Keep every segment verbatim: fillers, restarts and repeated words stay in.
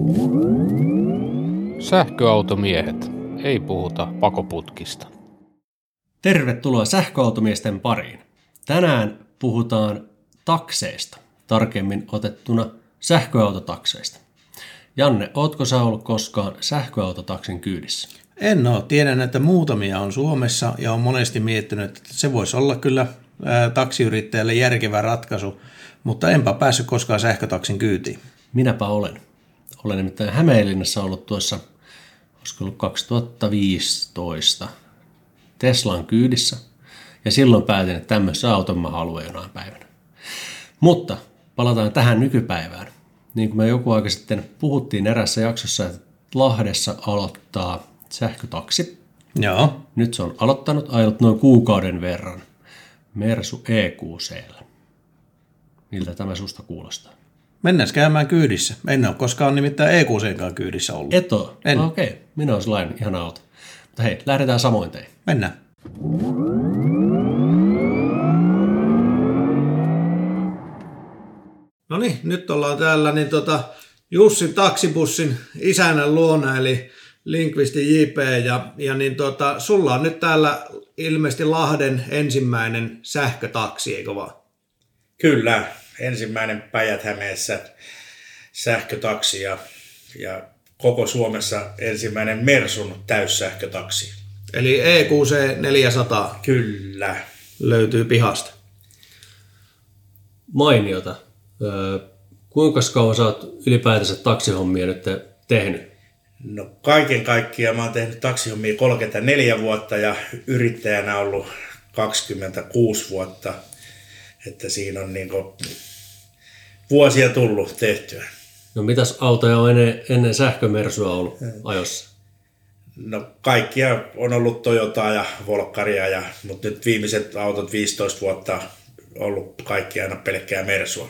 Sähköautomiehet. Ei puhuta pakoputkista. Tervetuloa sähköautomiesten pariin. Tänään puhutaan takseista, tarkemmin otettuna sähköautotakseista. Janne, ootko sä ollut koskaan sähköautotaksin kyydissä? En ole. Tiedän, että muutamia on Suomessa ja on monesti miettinyt, että se voisi olla kyllä ää, taksiyrittäjälle järkevä ratkaisu, mutta enpä päässyt koskaan sähkötaksin kyytiin. Minäpä olen. Olen nimittäin Hämeenlinnassa ollut tuossa, olisiko ollut kaksituhattaviisitoista Teslan kyydissä, ja silloin päätin, että tämmöisen auton mä haluan jonain päivänä. Mutta palataan tähän nykypäivään. Niin kuin me joku aika sitten puhuttiin erässä jaksossa, että Lahdessa aloittaa sähkötaksi. Joo. Nyt se on aloittanut, ajellut noin kuukauden verran Mersu E Q C:llä. Miltä tämä susta kuulostaa? Mennään käymään kyydissä. En ole koskaan nimittäin E Q C:nkaan kyydissä ollut. Et ole? En. Okei, okay. Minä olen sellainen ihana auto. Mutta hei, lähdetään samoin tein. Mennään. No niin, nyt ollaan täällä niin tota, Jussin taksibussin isännän luona, eli Linkvistin J P, ja, ja niin tota, sulla on nyt täällä ilmeisesti Lahden ensimmäinen sähkötaksi, eikö vaan? Kyllä, ensimmäinen Päijät-Hämeessä sähkötaksi ja, ja koko Suomessa ensimmäinen Mersun täyssähkötaksi. Eli E Q C neljäsataa. Kyllä. Löytyy pihasta. Mainiota. Öö, kuinka kauan sä oot ylipäätänsä taksihommia nyt tehnyt? No kaiken kaikkiaan mä oon tehnyt taksihommia kolmekymmentäneljä vuotta ja yrittäjänä ollut kaksikymmentäkuusi vuotta. Että siinä on niinku vuosia tullut tehtyä. No mitäs autoja on ennen, ennen sähkömersua ollut ajossa? No kaikkia on ollut Toyotaa ja Volkkaria, ja, mutta nyt viimeiset autot viisitoista vuotta ollut kaikki aina pelkkää Mersua.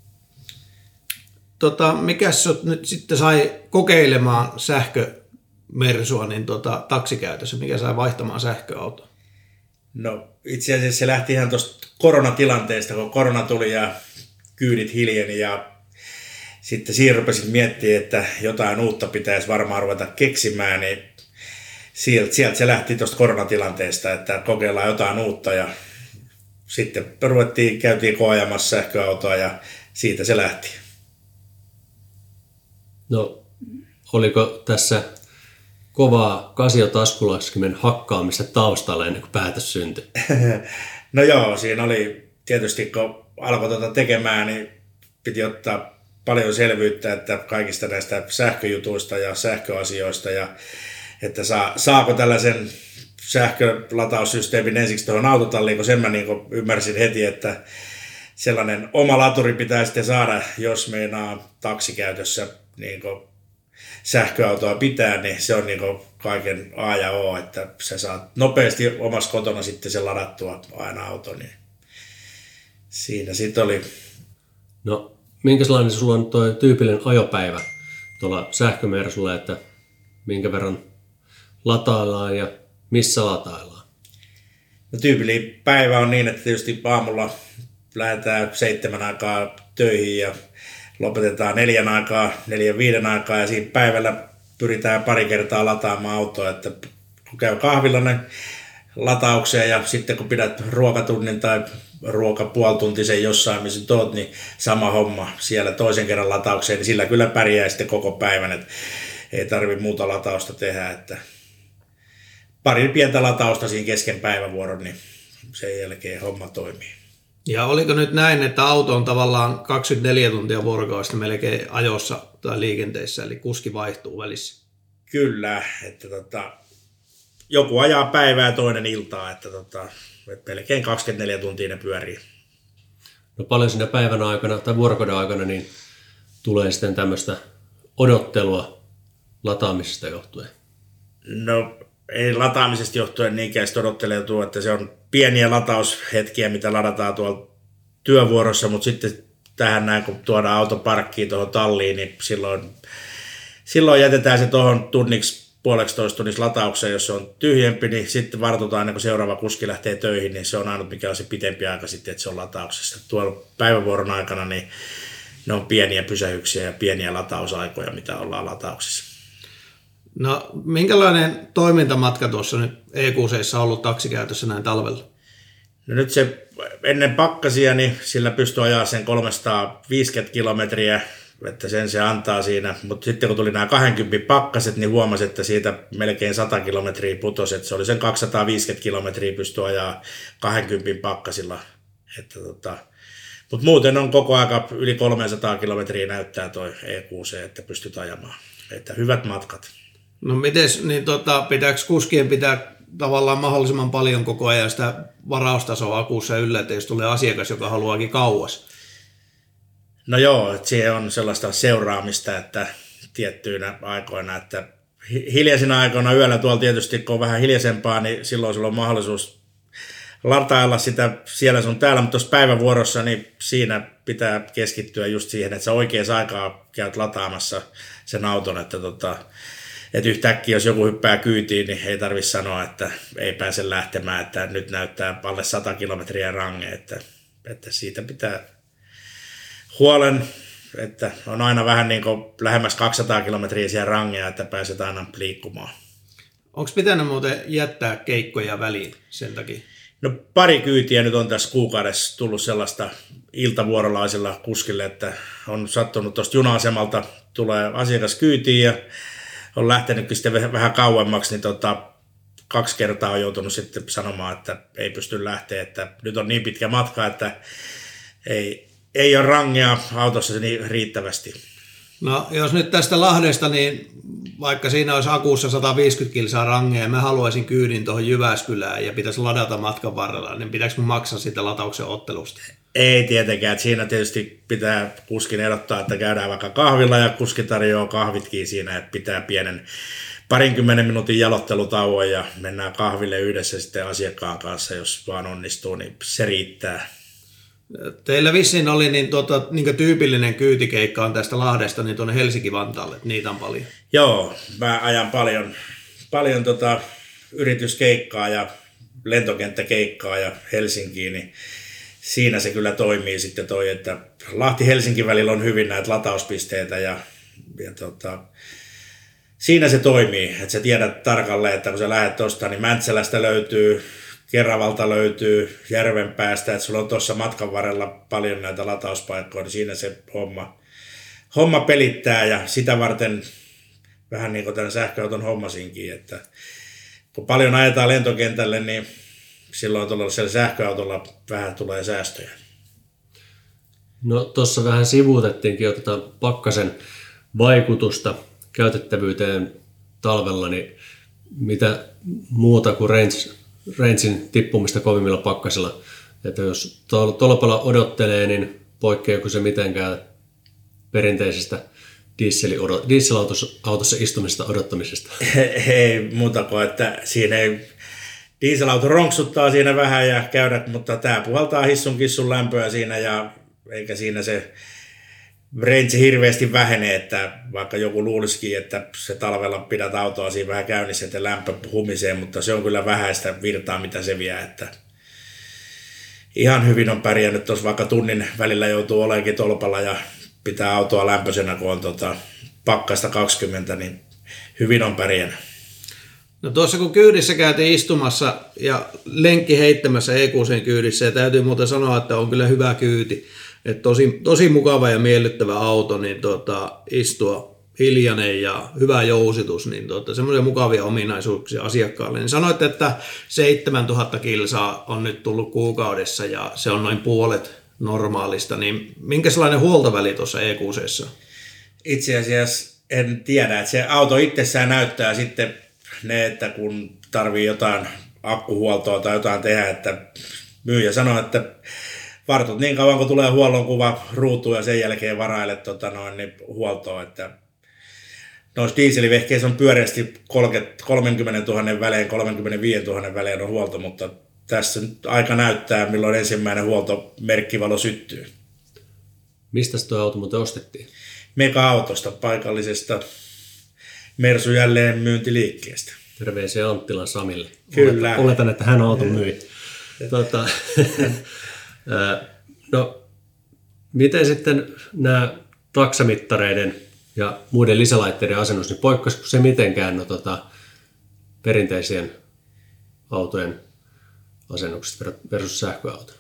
Tota, mikäs sut nyt sitten sai kokeilemaan sähkömersua niin tota, taksikäytössä? Mikä sai vaihtamaan sähköautoa? No itse asiassa se lähti ihan tuosta koronatilanteesta, kun korona tuli ja kyydit hiljeni, ja sitten siinä rupesin miettimään, että jotain uutta pitäisi varmaan ruveta keksimään, niin sieltä, sieltä se lähti tuosta koronatilanteesta, että kokeillaan jotain uutta, ja sitten ruvettiin, käytiin koajamassa sähköautoa ja siitä se lähti. No, oliko tässä kovaa kasiotaskulaskimen hakkaamista taustalla ennen kuin päätös syntyi? No joo, siinä oli tietysti, kun alkoi tuota tekemään, niin piti ottaa paljon selvyyttä, että kaikista näistä sähköjutuista ja sähköasioista, ja että saa, saako tällaisen sähkölataussysteemin ensiksi tuohon autotalliin, kun sen mä niin kuin ymmärsin heti, että sellainen oma laturi pitää sitten saada, jos meinaa taksikäytössä niin kuin sähköautoa pitää, niin se on niin kuin kaiken A ja O, että sä saat nopeasti omassa kotona sitten sen ladattua aina auto, niin siinä sitten oli. No, minkälainen sulla on tuo tyypillinen ajopäivä tuolla sähkömersulla, että minkä verran lataillaan ja missä lataillaan? No tyypillinen päivä on niin, että tietysti aamulla lähdetään seitsemän aikaa töihin ja lopetetaan neljän aikaa, neljän viiden aikaa, ja siinä päivällä pyritään pari kertaa lataamaan autoa, että kun käy kahvilla ne lataukseen ja sitten kun pidät ruokatunnin tai ruokapuoltuntisen jossain, missä tuot, niin sama homma siellä toisen kerran lataukseen, niin sillä kyllä pärjää sitten koko päivän, että ei tarvitse muuta latausta tehdä, että pari pientä latausta siinä kesken päivävuoron, niin sen jälkeen homma toimii. Ja oliko nyt näin, että auto on tavallaan kaksikymmentäneljä tuntia vuorokaudesta melkein ajossa tai liikenteessä, eli kuski vaihtuu välissä? Kyllä, että tota, joku ajaa päivää ja toinen iltaa, että, tota, että melkein kaksikymmentäneljä tuntia ne pyörii. No paljon siinä päivän aikana tai vuorokauden aikana niin tulee sitten tämmöistä odottelua lataamisesta johtuen? No ei lataamisesta johtuen niinkään sitä odottelee tuo, että se on pieniä lataushetkiä, mitä ladataan tuolla työvuorossa, mutta sitten tähän näin, kun tuodaan auto parkkiin tuohon talliin, niin silloin, silloin jätetään se tuohon tunniksi, puoleksitoista tunniksi lataukseen, jos se on tyhjempi, niin sitten vartutaan ennen kuin seuraava kuski lähtee töihin, niin se on ainut mikä on se pitempi aika sitten, että se on latauksessa. Tuolla päivävuoron aikana niin ne on pieniä pysähyksiä ja pieniä latausaikoja, mitä ollaan latauksissa. No, minkälainen toimintamatka tuossa nyt E Q C:ssä on ollut taksikäytössä näin talvella? No nyt se ennen pakkasia, niin sillä pystyy ajaa sen kolmesataaviisikymmentä kilometriä, että sen se antaa siinä. Mutta sitten kun tuli nämä kaksikymmentä pakkaset, niin huomasi, että siitä melkein sata kilometriä putosi. Että se oli sen kaksisataaviisikymmentä kilometriä pystyy ajaa kaksikymmentä pakkasilla. Että tota, mutta muuten on koko aika yli kolmesataa kilometriä näyttää toi E Q C, että pystyt ajamaan. Että hyvät matkat. No mites, niin tota, pitääkö kuskien pitää tavallaan mahdollisimman paljon koko ajan sitä varaustasoa akuussa yllä, että jos tulee asiakas, joka haluaakin kauas? No joo, että siihen on sellaista seuraamista, että tiettyinä aikoina, että hiljaisina aikoina yöllä tuolla tietysti, kun on vähän hiljaisempaa, niin silloin sulla on mahdollisuus latailla sitä siellä sun täällä, mutta tuossa päivävuorossa, niin siinä pitää keskittyä just siihen, että sä oikeassa aikaa käyt lataamassa sen auton, että tota, että yhtäkkiä jos joku hyppää kyytiin, niin ei tarvitse sanoa, että ei pääse lähtemään, että nyt näyttää alle sata kilometriä range, että, että siitä pitää huolen, että on aina vähän niin kuin lähemmäs kaksisataa kilometriä siellä rangea, että pääset aina liikkumaan. Onko pitänyt muuten jättää keikkoja väliin sen takia? No pari kyytiä nyt on tässä kuukaudessa tullut sellaista iltavuorolaisilla kuskille, että on sattunut tuosta juna-asemalta, tulee asiakas kyytiin ja on lähtenytkin sitten vähän kauemmaksi, niin tota, kaksi kertaa on joutunut sitten sanomaan, että ei pysty lähteä, että nyt on niin pitkä matka, että ei, ei ole rangea autossa niin riittävästi. No jos nyt tästä Lahdesta, niin vaikka siinä olisi akuussa sata viisikymmentä kilsaa rangea ja mä haluaisin kyydin tuohon Jyväskylään ja pitäisi ladata matkan varrella, niin pitääkö mun maksaa siitä latauksen ottelusta? Ei tietenkään, että siinä tietysti pitää kuskin ehdottaa, että käydään vaikka kahvilla ja kuski tarjoaa kahvitkin siinä, että pitää pienen parinkymmenen minuutin jalottelutauon ja mennään kahville yhdessä sitten asiakkaan kanssa, jos vaan onnistuu, niin se riittää. Teillä vissiin oli niin, tuota, niin tyypillinen kyytikeikka on tästä Lahdesta niin tuonne Helsinki-Vantaalle, että niitä on paljon. Joo, mä ajan paljon, paljon tota yrityskeikkaa ja lentokenttäkeikkaa ja Helsinkiin, niin siinä se kyllä toimii sitten toi, että Lahti-Helsinki välillä on hyvin näitä latauspisteitä ja, ja tota, siinä se toimii, että sä tiedät tarkalleen, että kun sä lähdet tuosta, niin Mäntsälästä löytyy, Keravalta löytyy, Järvenpäästä, että sulla on tuossa matkan varrella paljon näitä latauspaikkoja, niin siinä se homma, homma pelittää ja sitä varten vähän niin kuin tämän sähköauton hommasinkin, että kun paljon ajetaan lentokentälle, niin silloin tuollaisella sähköautolla vähän tulee säästöjä. No tuossa vähän sivuutettiinkin jo tätä pakkasen vaikutusta käytettävyyteen talvella, niin mitä muuta kuin range, rangein tippumista kovimmilla pakkasilla. Että jos tolpalla odottelee, niin poikkeako se mitenkään perinteisestä dieselautossa istumisesta odottamisesta? Ei muuta kuin, että siinä ei dieselauto ronksuttaa siinä vähän ja käydä, mutta tämä puhaltaa hissun kissun lämpöä siinä ja eikä siinä se range hirveästi vähenee, että vaikka joku luulisikin, että se talvella pidät autoa siinä vähän käynnissä, että lämpö humisee, mutta se on kyllä vähäistä virtaa, mitä se vie, että ihan hyvin on pärjännyt tuossa, vaikka tunnin välillä joutuu olemaan tolpalla ja pitää autoa lämpöisenä, kun on tota pakkasta kaksikymmentä, niin hyvin on pärjännyt. No tuossa kun kyydissä käytiin istumassa ja lenkki heittämässä E Q C:n kyydissä, ja täytyy muuten sanoa, että on kyllä hyvä kyyti. Että tosi, tosi mukava ja miellyttävä auto, niin tota, istua hiljainen ja hyvä jousitus, niin tota, semmoisia mukavia ominaisuuksia asiakkaalle. Niin sanoitte, että seitsemäntuhatta kilsaa on nyt tullut kuukaudessa ja se on noin puolet normaalista, niin minkälainen huoltoväli tuossa E Q C:ssä? Itse asiassa en tiedä, että se auto itsessään näyttää sitten ne, että kun tarvii jotain akkuhuoltoa tai jotain tehdä, että myyjä sanoo, että vartut niin kauan, kun tulee huollon kuva ruutuun ja sen jälkeen varaille tota noin, niin huoltoa, että noissa dieselivehkeissä on pyöreästi kolmekymmentätuhatta välein, kolmekymmentäviisituhatta välein on huolto, mutta tässä nyt aika näyttää, milloin ensimmäinen huoltomerkkivalo syttyy. Mistä tuo auto muuten ostettiin? Mega-autosta, paikallisesta Mersu jälleen myyntiliikkeestä. Terveisiä Anttilan Samille. Kyllä. Oletan, että hän auton myi. Tuota, no, Miten sitten nämä taksamittareiden ja muiden lisälaitteiden asennus, niin poikkeusiko se mitenkään no, tota, perinteisien autojen asennuksista versus sähköauto?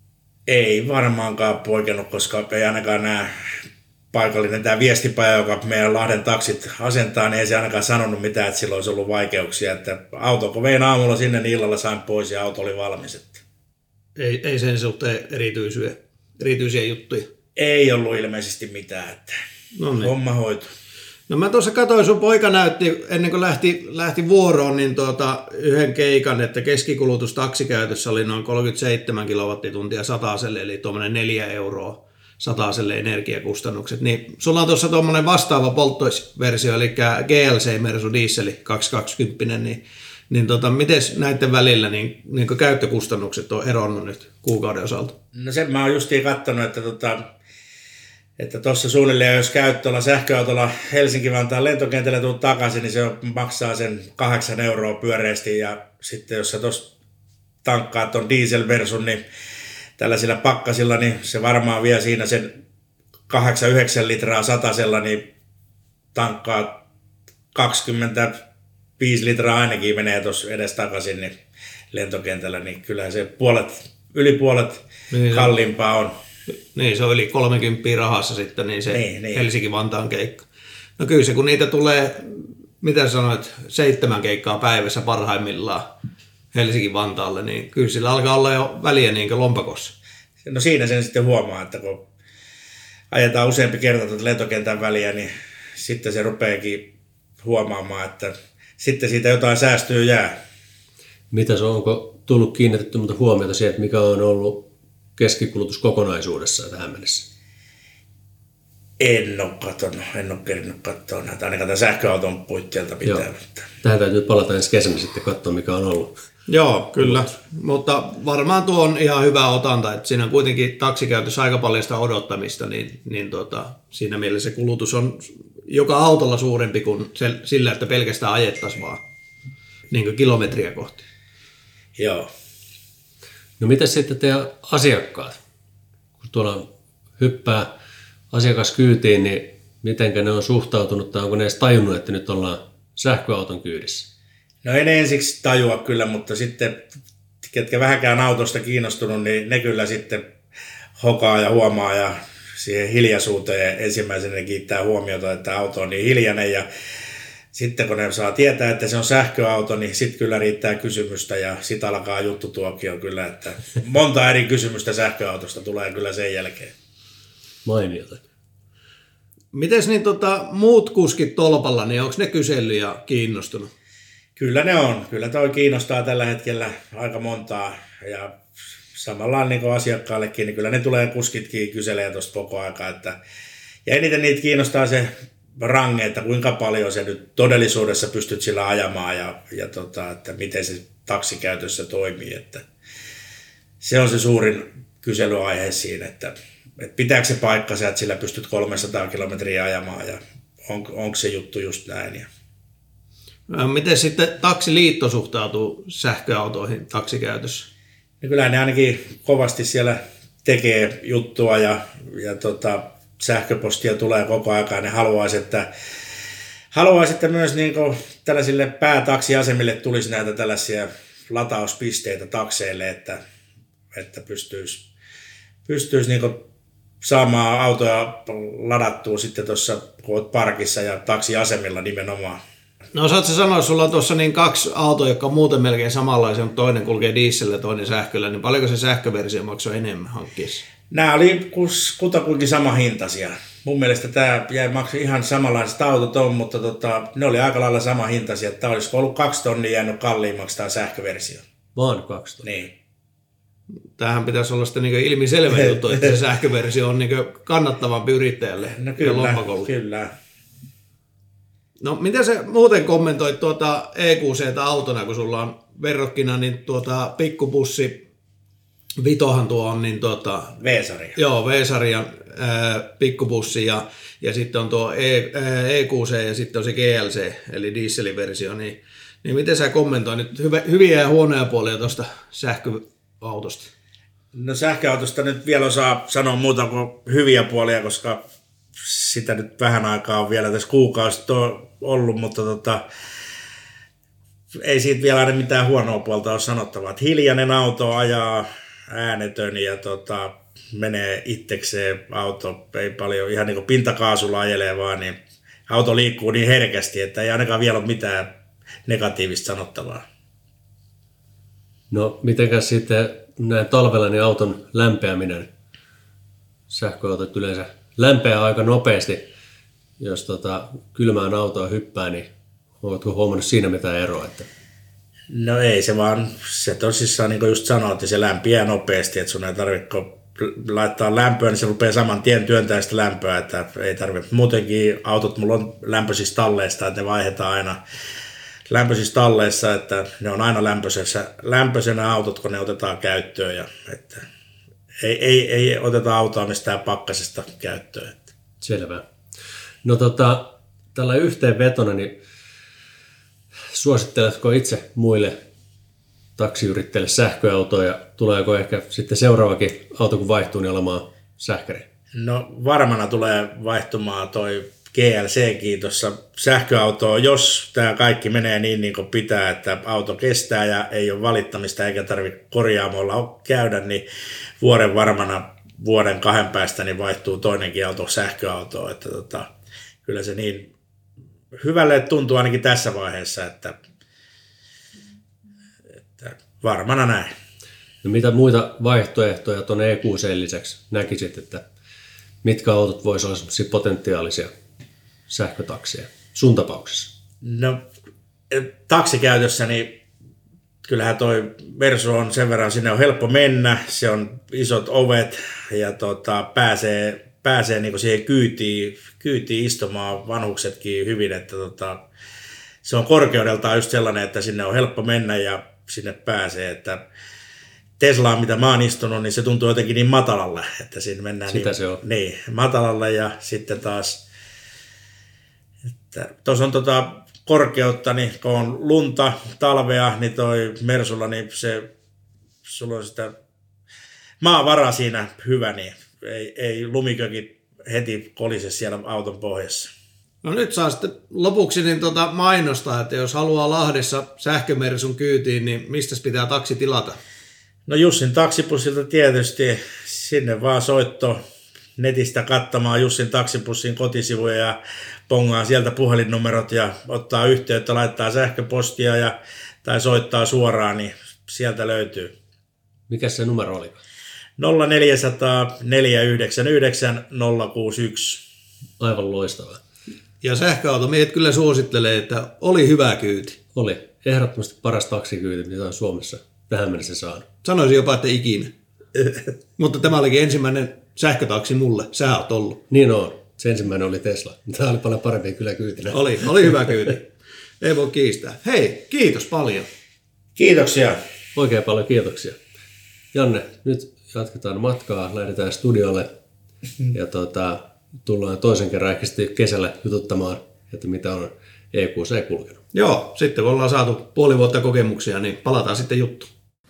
Ei varmaankaan poikennut, koska ei ainakaan nämä paikallinen tämä viestipaja, joka meidän Lahden taksit asentaa, niin ei se ainakaan sanonut mitään, että sillä olisi ollut vaikeuksia. Että auto, kun vein aamulla sinne, niin illalla sain pois ja auto oli valmis. Että Ei, ei sen suhteen erityisiä, erityisiä juttuja. ei ollut ilmeisesti mitään, että No niin. homma hoitu. No mä tuossa katsoin, sun poika näytti ennen kuin lähti, lähti vuoroon, niin tuota, yhden keikan, että keskikulutus taksikäytössä oli noin kolmekymmentäseitsemän kilowattituntia sataselle, eli tuommoinen neljä euroa sataselle energiakustannukset. Niin sulla on tuossa tuommoinen vastaava polttoversio, eli G L C Mersu Diesel kaksisataakaksikymmentä, niin, niin tota, miten näiden välillä niin, niin käyttökustannukset on eronnut nyt kuukauden osalta? No sen mä oon justiin katsonut, että tota, että tuossa suunnilleen, jos käyt tuolla sähköautolla Helsinki-Vantaan lentokentällä tuut takaisin, niin se on, maksaa sen kahdeksan euroa pyöreästi. Ja sitten jos sä tuossa tankkaat ton dieselversun, niin tällaisilla pakkasilla, niin se varmaan vie siinä sen kahdeksan yhdeksän litraa satasella, niin tankkaa kaksikymmentäviisi litraa ainakin menee tuossa edes takaisin niin lentokentällä, niin kyllä se puolet, yli puolet Niin. kalliimpaa on. Niin, se on yli kolmekymmentä rahassa sitten, niin se Niin, niin. Helsinki-Vantaan keikka. No kyllä se, kun niitä tulee, mitä sanoit, seitsemän keikkaa päivässä parhaimmillaan Helsinki-Vantaalle, niin kyllä sillä alkaa olla jo väliä niin kuin lompakossa. No siinä sen sitten huomaa, että kun ajetaan useampi kerta tuota lentokentän väliä, niin sitten se rupeakin huomaamaan, että sitten siitä jotain säästöä jää. Mitä se on, onko tullut kiinnitetty muuta huomiota siihen, että mikä on ollut keskikulutus kokonaisuudessaan tähän mennessä? En ole katsonut, en ole kerinyt katsoa näitä, ainakaan tämän sähköauton puitteilta pitää. Joo. Tähän täytyy nyt palata ensi kesänä sitten katsoa, mikä on ollut. Joo, kyllä. Mutta varmaan tuo on ihan hyvä otanta, että siinä on kuitenkin taksikäytössä aika paljon sitä odottamista, niin, niin tota, siinä mielessä se kulutus on joka autolla suurempi kuin se, sillä, että pelkästään ajettaisiin vaan niin kuin kilometriä kohti. Joo. No miten sitten teidän asiakkaat? Kun tuolla hyppää asiakas kyytiin, niin mitenkä ne on suhtautunut tai onko ne edes tajunnut, että nyt ollaan sähköauton kyydissä? No en ensiksi tajua kyllä, mutta sitten ketkä vähänkään autosta kiinnostunut, niin ne kyllä sitten hokaa ja huomaa ja siihen hiljaisuuteen ensimmäisenä kiittää huomiota, että auto on niin hiljainen ja sitten kun ne saa tietää, että se on sähköauto, niin sitten kyllä riittää kysymystä ja sitten alkaa juttutuokio kyllä, että monta eri kysymystä sähköautosta tulee kyllä sen jälkeen. Mainiota. Mites niin tota, muut kuskit tolpalla, niin onko ne kysellyt ja kiinnostunut? Kyllä ne on. Kyllä toi kiinnostaa tällä hetkellä aika montaa ja samalla niin kuin asiakkaallekin, niin kyllä ne tulee kuskitkin kyselee tuosta koko aikaa. Että, ja eniten niitä kiinnostaa se range, että kuinka paljon se nyt todellisuudessa pystyt sillä ajamaan ja, ja tota, että miten se taksikäytössä toimii. Että se on se suurin kyselyaihe siinä, että, että pitääkö se paikkansa, että sillä pystyt kolmesataa kilometriä ajamaan ja on, onko se juttu just näin. Ja miten sitten taksiliitto suhtautuu sähköautoihin taksikäytössä? ja kyllä ne ainakin kovasti siellä tekee juttua ja, ja tota, sähköpostia tulee koko ajan. Ne haluaisi, että, haluaisi, että myös niin kuin tällaisille päätaksiasemille tulisi näitä tällaisia latauspisteitä takseille, että, että pystyisi, pystyisi niin kuin saamaan autoja ladattua sitten tuossa, kun olet parkissa ja taksiasemilla nimenomaan. No osaatko sanoa, että sulla on tuossa niin kaksi autoa, jotka on muuten melkein samanlaisia, mutta toinen kulkee dieselillä ja toinen sähköllä, niin paljonko se sähköversio maksoi enemmän hankkiessa? Nämä oli kutakuinkin sama hintaisia. Mun mielestä tämä jäi maksaa ihan samanlaiset autot on, mutta tota, ne oli aika lailla sama hintaisia. Tämä olisiko ollut kaksi tonnia jäänyt kalliimmaksi tämä sähköversio. Vaan kaksi tonnia. Niin. Tämähän pitäisi olla sitten niin ilmiselvä juttu, että se sähköversio on niin kannattavampi yrittäjälle No ja kyllä, lompakolle. kyllä. No miten sä muuten kommentoit tuota E Q C:tä autona, kun sulla on verrokkina niin tuota pikkubussi, Vitohan tuo on niin tuota, V-sarja. joo, V-sarjan ää, pikkubussi ja, ja sitten on tuo e, ää, E Q C ja sitten on se G L C, eli dieseliversio, niin, niin miten sä kommentoit nyt hyvä, hyviä ja huonoja puolia tuosta sähköautosta? No sähköautosta nyt vielä osaa sanoa muuta kuin hyviä puolia, koska sitä nyt vähän aikaa on vielä tässä kuukausi ollut, mutta tota, ei siitä vielä aina mitään huonoa puolta ole sanottavaa. Että hiljainen auto ajaa, äänetön ja tota, menee itsekseen auto, ei paljon, ihan niin kuin pintakaasulla ajelee vaan, niin auto liikkuu niin herkästi, että ei ainakaan vielä ole mitään negatiivista sanottavaa. No mitenkäs sitten näin talvella niin auton lämpeäminen? Sähköautot yleensä lämpeää aika nopeasti. Jos tota, kylmään autoa hyppää, niin oletko huomannut siinä mitään eroa? Että... No ei se vaan, se tosissaan niin kuin just sanoit, että se lämpiää nopeasti, että sun ei tarvitse laittaa lämpöä, niin se rupeaa saman tien työntää sitä lämpöä, että ei tarvitse. Muutenkin autot mulla on lämpöisissä talleista, että ne vaihdetaan aina lämpöisissä talleissa, että ne on aina lämpöisessä, lämpöisenä autot, kun ne otetaan käyttöön. Ja, että ei, ei, ei oteta autoa mistään pakkasesta käyttöön. Että. Selvä. No tota, tällä yhteenvetona, niin suositteletko itse muille taksiyrittäjille sähköautoa ja tuleeko ehkä sitten seuraavakin auto, kun vaihtuu, niin olemaan sähköri? No varmana tulee vaihtumaan toi G L C tuossa sähköautoon, jos tämä kaikki menee niin, niin kuin pitää, että auto kestää ja ei ole valittamista eikä tarvitse korjaamolla käydä, niin vuoden varmana vuoden kahden päästä niin vaihtuu toinenkin auto sähköautoon. Että tota, kyllä se niin hyvälle tuntuu ainakin tässä vaiheessa, että, että varmana näin. No mitä muita vaihtoehtoja tuon E Q C:n lisäksi näkisit, että mitkä autot voisivat olla sellaisia potentiaalisia sähkötakseja sun tapauksessa? No taksikäytössä niin kyllähän toi Versu on sen verran, sinne on helppo mennä, se on isot ovet ja tota, pääsee, pääsee niinku siihen kyytiin, kyytiin istumaan vanhuksetkin hyvin, että tota, se on korkeudeltaan just sellainen, että sinne on helppo mennä ja sinne pääsee, että Teslaa, mitä mä oon istunut, niin se tuntuu jotenkin niin matalalle, että siinä mennään Sitä niin, se on. niin matalalle ja sitten taas tuossa on tota korkeutta, niin kun on lunta, talvea, niin toi Mersulla, niin se, sulla on sitä maavara siinä hyvä, niin ei, ei lumikökin heti kolise siellä auton pohjassa. No nyt saa sitten lopuksi niin tota mainostaa, että jos haluaa Lahdessa sähkömersun kyytiin, niin mistä pitää taksi tilata? No Jussin taksipussilta tietysti, sinne vaan soitto netistä katsomaan Jussin taksipussin kotisivuja ja pongaa sieltä puhelinnumerot ja ottaa yhteyttä, laittaa sähköpostia ja, tai soittaa suoraan, niin sieltä löytyy. Mikä se numero oli? nolla neljä nolla nolla neljä yhdeksän yhdeksän nolla kuusi yksi. Aivan loistavaa. Ja sähköautomiehet kyllä suosittelee, että oli hyvä kyyti. Oli. Ehdottomasti paras taksikyyti, mitä on Suomessa tähän mennessä saanut. Sanoisin jopa, että ikinä. Mutta tämä olikin ensimmäinen sähkötaksi mulle. Sä oot ollut. Niin on. Se ensimmäinen oli Tesla. Tämä oli paljon parempi kyllä kyytinä. Oli, oli hyvä kyyti. Ei voi kiistää. Hei, kiitos paljon. Kiitoksia. Oikein paljon kiitoksia. Janne, nyt jatketaan matkaa, lähdetään studiolle ja tuota, tullaan toisen kerran ehkä sitten kesällä jututtamaan, että mitä on E Q C kulkenut. Joo, sitten kun ollaan saatu puoli vuotta kokemuksia, niin palataan sitten juttuun.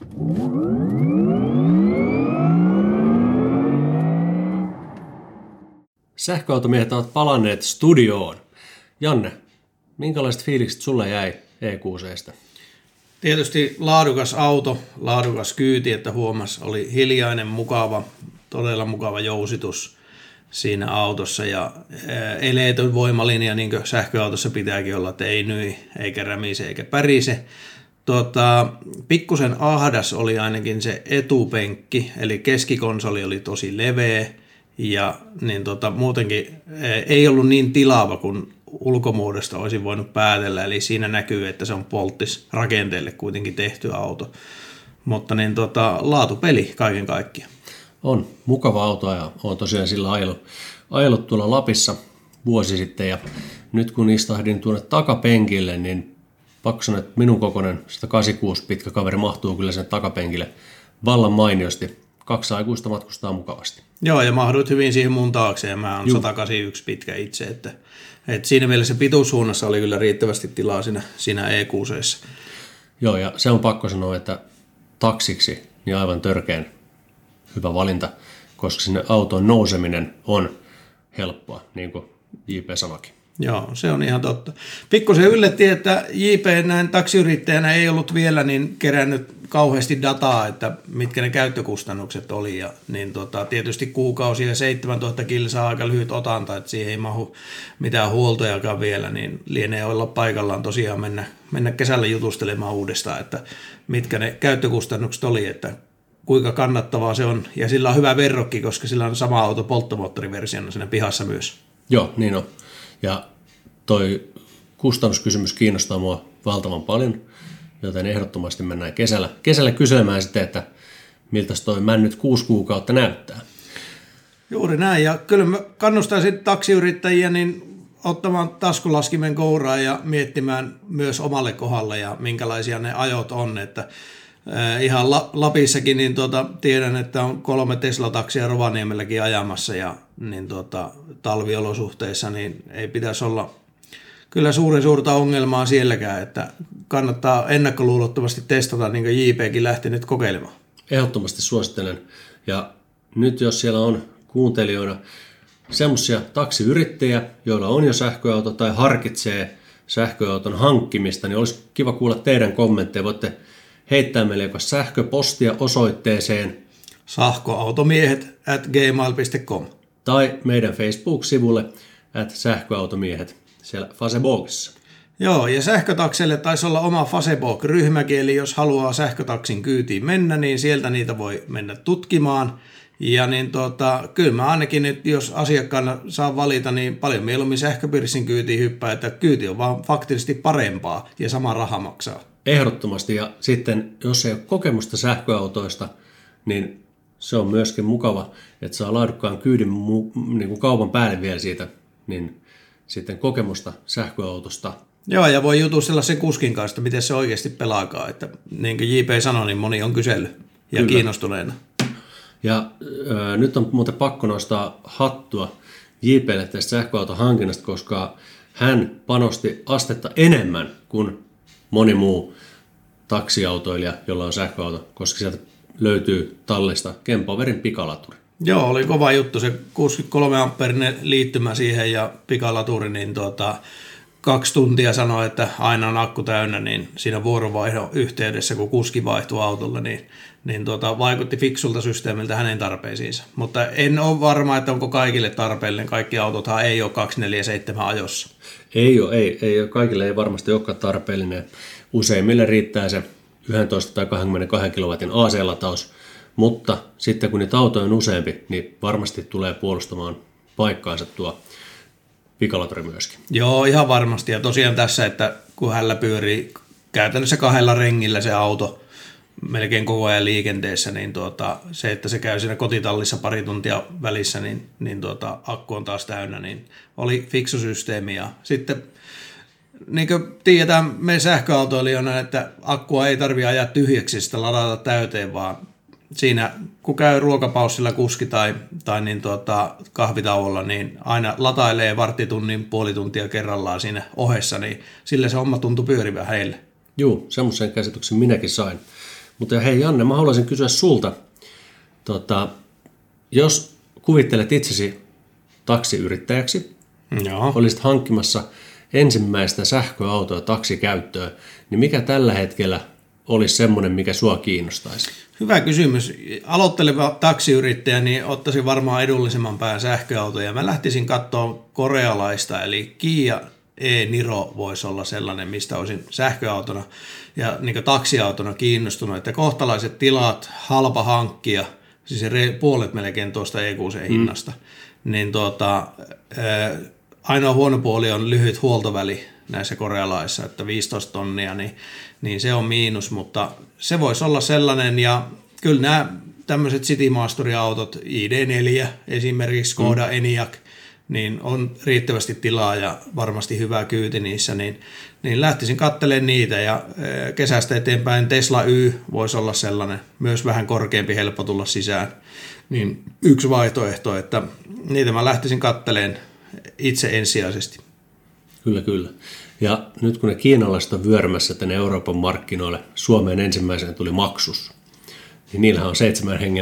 Sähköautomiehet ovat palanneet studioon. Janne, minkälaiset fiilikset sulle jäi E Q C:stä? Tietysti laadukas auto, laadukas kyyti, että huomas, oli hiljainen, mukava, todella mukava jousitus siinä autossa ja eleetön voimalinja, niin kuin sähköautossa pitääkin olla, että ei nyi, eikä rämise, eikä pärise. Tota, pikkusen ahdas oli ainakin se etupenkki, eli keskikonsoli oli tosi leveä ja niin tota, muutenkin ei ollut niin tilaava kuin ulkomuodosta olisin voinut päätellä, eli siinä näkyy, että se on polttis rakenteelle kuitenkin tehty auto. Mutta niin tota, laatupeli kaiken kaikkiaan. On mukava auto ja olen tosiaan sillä ajellut, ajellut tuolla Lapissa vuosi sitten ja nyt kun istahdin tuonne takapenkille, niin pakko sanoa, että minun kokoinen sata kahdeksankymmentäkuusi pitkä kaveri mahtuu kyllä sen takapenkille vallan mainiosti. Kaksi aikuista matkustaa mukavasti. Joo, ja mahduit hyvin siihen mun taakse ja mä oon sata kahdeksankymmentäyksi pitkä itse, että, että siinä mielessä pituussuunnassa oli kyllä riittävästi tilaa siinä, siinä E Q C:ssä. Joo, ja se on pakko sanoa, että taksiksi niin aivan törkeän hyvä valinta, koska sinne autoon nouseminen on helppoa, niin kuin J P sanoikin. Joo, se on ihan totta. Pikkusen yllätti, että J P näin taksiyrittäjänä ei ollut vielä niin kerännyt kauheasti dataa, että mitkä ne käyttökustannukset oli. Ja, niin tota, tietysti kuukausi ja seitsemäntuhatta kilsaa aika lyhyt otanta, että siihen ei mahu mitään huoltojakaan vielä, niin lienee olla paikallaan tosiaan mennä, mennä kesällä jutustelemaan uudestaan, että mitkä ne käyttökustannukset oli, että kuinka kannattavaa se on. Ja sillä on hyvä verrokki, koska sillä on sama auto polttomoottoriversiona siinä pihassa myös. Joo, niin on. Ja toi kustannuskysymys kiinnostaa mua valtavan paljon, joten ehdottomasti mennään kesällä, kesällä kyselemään sitten, että miltä toi männyt kuusi kuukautta näyttää. Juuri näin, ja kyllä mä kannustaisin taksiyrittäjiä niin ottamaan taskulaskimen kouraa ja miettimään myös omalle kohdalle ja minkälaisia ne ajot on, että ihan Lapissakin niin tuota, tiedän, että on kolme Tesla-taksia Rovaniemelläkin ajamassa ja niin tuota, talviolosuhteissa niin ei pitäisi olla kyllä suuren suurta ongelmaa sielläkään, että kannattaa ennakkoluulottomasti testata, niin kuin J P:kin lähti nyt kokeilemaan. Ehdottomasti suosittelen. Ja nyt jos siellä on kuuntelijoina semmoisia taksiyrittäjiä, joilla on jo sähköauto tai harkitsee sähköauton hankkimista, niin olisi kiva kuulla teidän kommentteja. Voitte heittää meille joko sähköpostia osoitteeseen sähköautomiehet at gmail piste com tai meidän Facebook-sivulle at sähköautomiehet siellä Facebookissa. Joo, ja sähkötakseille taisi olla oma Facebook-ryhmäkin, eli jos haluaa sähkötaksin kyytiin mennä, niin sieltä niitä voi mennä tutkimaan. Ja niin tota, kyllä mä ainakin nyt, jos asiakkaana saa valita, niin paljon mieluummin sähköpirssin kyytiin hyppää, että kyyti on vaan faktisesti parempaa ja sama raha maksaa. Ehdottomasti, ja sitten jos ei ole kokemusta sähköautoista, niin se on myöskin mukava, että saa laadukkaan kyydin mu- niin kuin kaupan päälle vielä siitä, niin sitten kokemusta sähköautosta. Joo, ja voi jutustella sen kuskin kanssa, miten se oikeasti pelaakaan, että niin kuin J P sanoi, niin moni on kysellyt ja Kyllä. kiinnostuneena. Ja äh, nyt on muuten pakko nostaa hattua J P:lle tästä sähköauton hankinnasta, koska hän panosti astetta enemmän kuin moni muu taksiautoilija, jolla on sähköauto, koska sieltä löytyy tallista Kempoverin pikalaturi. Joo, oli kova juttu se kuusikymmentäkolme amperinen liittymä siihen ja pikalaturi, niin tuota, kaksi tuntia sanoi, että aina on akku täynnä, niin siinä vuorovaihdon yhteydessä, kun kuski vaihtui autolla, niin, niin tuota, vaikutti fiksulta systeemiltä hänen tarpeisiinsa. Mutta en ole varma, että onko kaikille tarpeellinen. Kaikki autothan ei ole kaksikymmentäneljä seitsemän ajossa. Ei ole, ei, ei, kaikille ei varmasti olekaan tarpeellinen. Useimmille riittää se yksitoista tai kaksikymmentäkaksi kilowatin A C-lataus, mutta sitten kun niitä autoja on useampi, niin varmasti tulee puolustamaan paikkaansa tuo pikalaturi myöskin. Joo, ihan varmasti. Ja tosiaan tässä, että kun hänellä pyörii käytännössä kahdella rengillä se auto melkein koko ajan liikenteessä, niin tuota, se, että se käy siinä kotitallissa pari tuntia välissä, niin, niin tuota, akku on taas täynnä, niin oli fiksu systeemi. Ja sitten niin kuin tiedetään me sähköautoilijoina, että akkua ei tarvitse ajaa tyhjäksi sitä ladata täyteen, vaan siinä kun käy ruokapaussilla kuski tai, tai niin tuota, kahvitauolla, niin aina latailee varttitunnin puoli tuntia kerrallaan siinä ohessa, niin sillä se homma tuntui pyörivää heille. Joo, semmoisen käsityksen minäkin sain. Mutta hei Janne, mä haluaisin kysyä sulta, tota, jos kuvittelet itsesi taksiyrittäjäksi, Joo. olisit hankkimassa ensimmäistä sähköautoa taksikäyttöön, niin mikä tällä hetkellä olisi semmoinen, mikä sua kiinnostaisi? Hyvä kysymys. Aloitteleva taksiyrittäjä, niin ottaisin varmaan edullisemman pään sähköautoja. Mä lähtisin katsoa korealaista, eli Kia e-Niro voisi olla sellainen, mistä olisin sähköautona ja niin taksiautona kiinnostunut, että kohtalaiset tilat, halpa hankkia, siis puolet melkein tuosta E Q C-hinnasta, mm. niin tuota, ainoa huono puoli on lyhyt huoltoväli näissä korealaisissa, että viisitoista tonnia, niin, niin se on miinus, mutta se voisi olla sellainen, ja kyllä nämä tämmöiset Citymaster-autot, I D neljä esimerkiksi, Skoda mm. Enyaq, niin on riittävästi tilaa ja varmasti hyvä kyyti niissä, niin, niin lähtisin katselemaan niitä, ja kesästä eteenpäin Tesla Y voisi olla sellainen, myös vähän korkeampi, helppo tulla sisään, niin yksi vaihtoehto, että niitä mä lähtisin katselemaan itse ensisijaisesti. Kyllä, kyllä. Ja nyt kun ne kiinalaiset on vyörymässä tänne Euroopan markkinoille, Suomeen ensimmäisenä tuli Maxus, niin niillähän on seitsemän hengen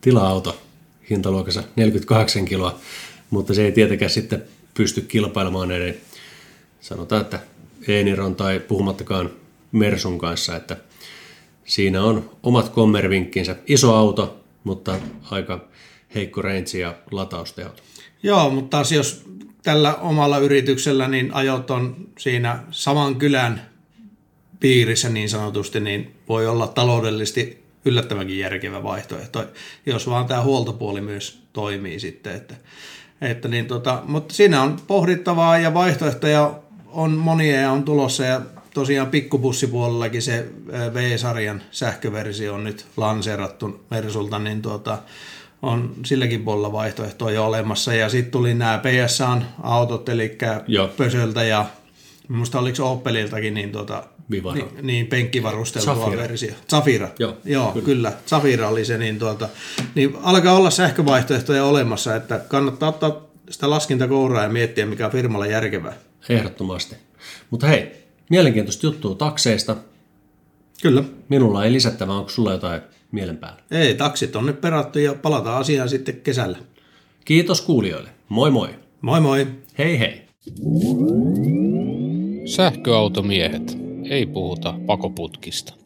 tila-auto hintaluokassa neljäkymmentäkahdeksan kiloa, mutta se ei tietenkään sitten pysty kilpailemaan näiden, sanotaan, että Eeniron tai puhumattakaan Mersun kanssa, että siinä on omat kommervinkkinsä. Iso auto, mutta aika heikko range ja lataustehot. Joo, mutta taas jos tällä omalla yrityksellä niin ajot on siinä saman kylän piirissä niin sanotusti, niin voi olla taloudellisesti yllättävänkin järkevä vaihtoehto, jos vaan tämä huoltopuoli myös toimii sitten. Että, että niin tota, mutta siinä on pohdittavaa ja vaihtoehtoja on monia ja on tulossa ja tosiaan pikkubussipuolellakin se V-sarjan sähköversio on nyt lanseerattu Mersulta, niin tuota, on silläkin puolella vaihtoehtoja jo olemassa. Ja sitten tuli nämä P S A-autot, eli Joo. Pösöltä ja minusta oliko Opeliltakin niin, tuota, niin, niin penkkivarusteltua Zafira. versio. Zafira. Joo, Joo kyllä. kyllä. Zafira oli se. Niin, tuota, niin alkaa olla sähkövaihtoehtoja olemassa, että kannattaa ottaa sitä laskintakouraa ja miettiä, mikä on firmalla järkevää. Ehdottomasti. Mutta hei, mielenkiintoista juttua takseista. Kyllä. Minulla ei lisättävää, onko sulla jotain mielen päällä? Ei, taksit on nyt perattu ja palataan asiaan sitten kesällä. Kiitos kuulijoille. Moi moi. Moi moi! Hei hei. Sähköautomiehet. Ei puhuta pakoputkista.